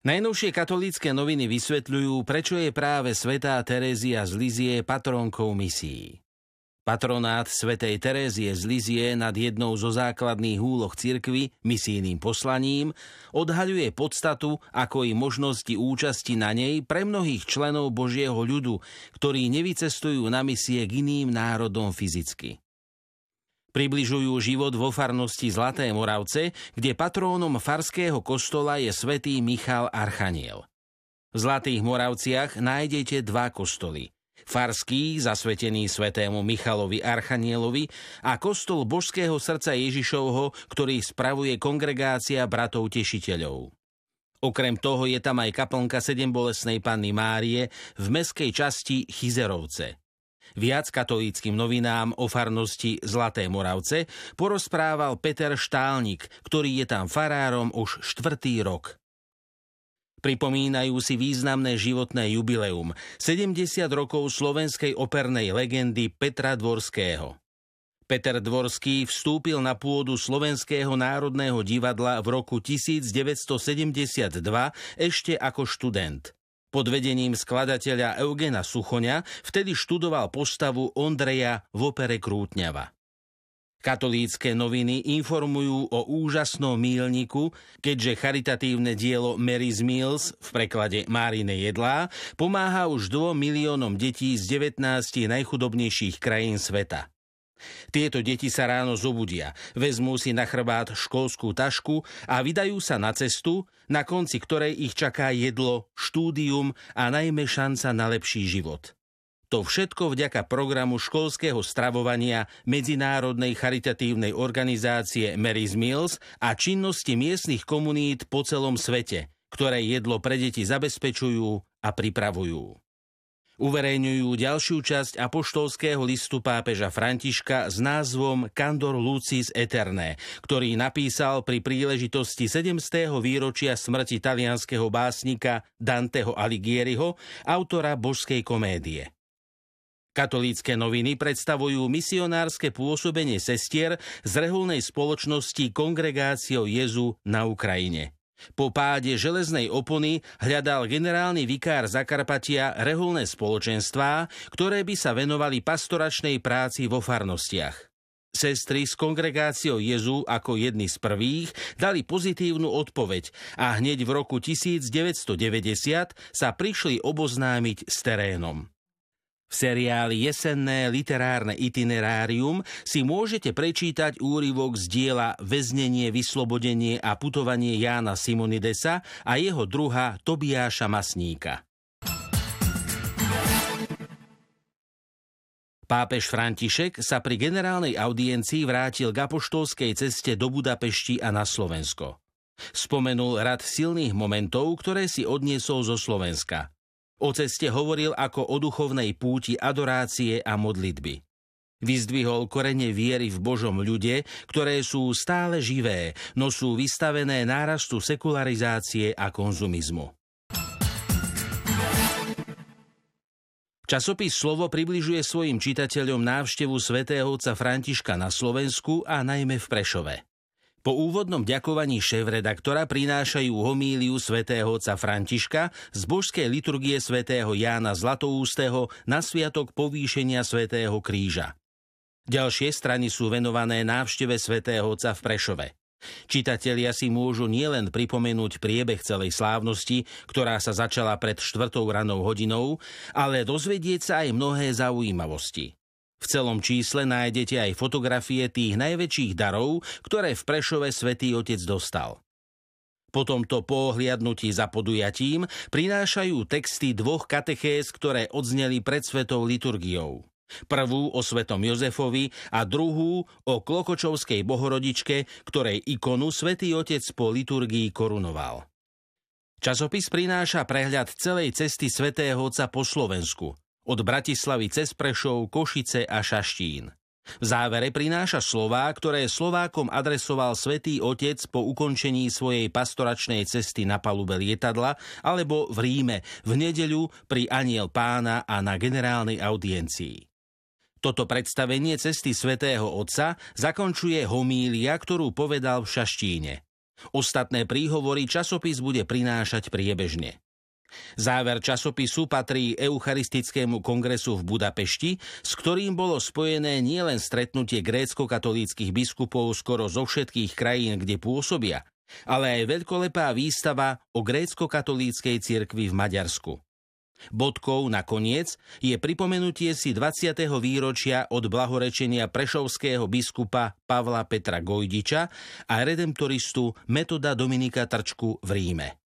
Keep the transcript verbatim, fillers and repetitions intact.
Najnovšie katolícke noviny vysvetľujú, prečo je práve svätá Terézia z Lizie patrónkou misií. Patronát svätej Terézie z Lizie nad jednou zo základných úloh cirkvi, misijným poslaním, odhaľuje podstatu, ako i možnosti účasti na nej pre mnohých členov Božieho ľudu, ktorí nevycestujú na misie k iným národom fyzicky. Približujú život vo farnosti Zlaté Moravce, kde patrónom farského kostola je svätý Michal Archaniel. V Zlatých Moravciach nájdete dva kostoly. Farský, zasvetený svätému Michalovi Archanielovi, a kostol Božského srdca Ježišovho, ktorý spravuje kongregácia bratov tešiteľov. Okrem toho je tam aj kaplnka Sedembolestnej Panny Márie v mestskej časti Chyzerovce. Viac katolíckym novinám o farnosti Zlaté Moravce porozprával Peter Štálnik, ktorý je tam farárom už štvrtý rok. Pripomínajú si významné životné jubileum, sedemdesiat rokov slovenskej opernej legendy Petra Dvorského. Peter Dvorský vstúpil na pôdu Slovenského národného divadla v roku devätnásťsedemdesiatdva ešte ako študent. Pod vedením skladateľa Eugena Suchoňa vtedy študoval postavu Ondreja v opere Krútňava. Katolícke noviny informujú o úžasnom míľniku, keďže charitatívne dielo Mary's Meals v preklade Márine jedlá pomáha už dvom miliónom detí z devätnástich najchudobnejších krajín sveta. Tieto deti sa ráno zobudia, vezmú si na chrbát školskú tašku a vydajú sa na cestu, na konci ktorej ich čaká jedlo, štúdium a najmä šanca na lepší život. To všetko vďaka programu školského stravovania Medzinárodnej charitatívnej organizácie Mary's Meals a činnosti miestnych komunít po celom svete, ktoré jedlo pre deti zabezpečujú a pripravujú. Uverejňujú ďalšiu časť apoštolského listu pápeža Františka s názvom Candor Lucis Aeternae, ktorý napísal pri príležitosti sedemstého výročia smrti talianskeho básnika Danteho Alighieriho, autora Božskej komédie. Katolícke noviny predstavujú misionárske pôsobenie sestier z reholnej spoločnosti Kongregáciou Jezu na Ukrajine. Po páde železnej opony hľadal generálny vikár Zakarpatia reholné spoločenstvá, ktoré by sa venovali pastoračnej práci vo farnostiach. Sestry s Kongregáciou Jezu ako jedni z prvých dali pozitívnu odpoveď a hneď v roku devätnásťstodeväťdesiat sa prišli oboznámiť s terénom. V seriáli Jesenné literárne itinerárium si môžete prečítať úryvok z diela Väznenie, vyslobodenie a putovanie Jána Simonidesa a jeho druha Tobiáša Masníka. Pápež František sa pri generálnej audiencii vrátil k apoštolskej ceste do Budapešti a na Slovensko. Spomenul rad silných momentov, ktoré si odniesol zo Slovenska. O ceste hovoril ako o duchovnej púti adorácie a modlitby. Vyzdvihol korene viery v Božom ľude, ktoré sú stále živé, no sú vystavené nárastu sekularizácie a konzumizmu. Časopis Slovo približuje svojim čitateľom návštevu svätého otca Františka na Slovensku a najmä v Prešove. Po úvodnom ďakovaní šéfredaktora prinášajú homíliu svätého otca Františka z božskej liturgie svätého Jána Zlatoústeho na sviatok povýšenia svätého kríža. Ďalšie strany sú venované návšteve svätého otca v Prešove. Čitatelia si môžu nielen pripomenúť priebeh celej slávnosti, ktorá sa začala pred štvrtou ranou hodinou, ale dozvedieť sa aj mnohé zaujímavosti. V celom čísle nájdete aj fotografie tých najväčších darov, ktoré v Prešove svätý Otec dostal. Po tomto pohliadnutí za podujatím prinášajú texty dvoch katechéz, ktoré odzneli pred svetou liturgiou. Prvú o svätom Jozefovi a druhú o Klokočovskej Bohorodičke, ktorej ikonu svätý Otec po liturgii korunoval. Časopis prináša prehľad celej cesty svätého Otca po Slovensku, od Bratislavy cez Prešov, Košice a Šaštín. V závere prináša slová, ktoré Slovákom adresoval svätý Otec po ukončení svojej pastoračnej cesty na palube lietadla alebo v Ríme v nedeľu pri Anjel Pána a na generálnej audiencii. Toto predstavenie cesty svätého Otca zakončuje homília, ktorú povedal v Šaštíne. Ostatné príhovory časopis bude prinášať priebežne. Záver časopisu patrí Eucharistickému kongresu v Budapešti, s ktorým bolo spojené nielen stretnutie grécko-katolíckych biskupov skoro zo všetkých krajín, kde pôsobia, ale aj veľkolepá výstava o grécko-katolíckej cirkvi v Maďarsku. Bodkou nakoniec je pripomenutie si dvadsiateho výročia od blahorečenia prešovského biskupa Pavla Petra Gojdiča a redemptoristu Metoda Dominika Trčku v Ríme.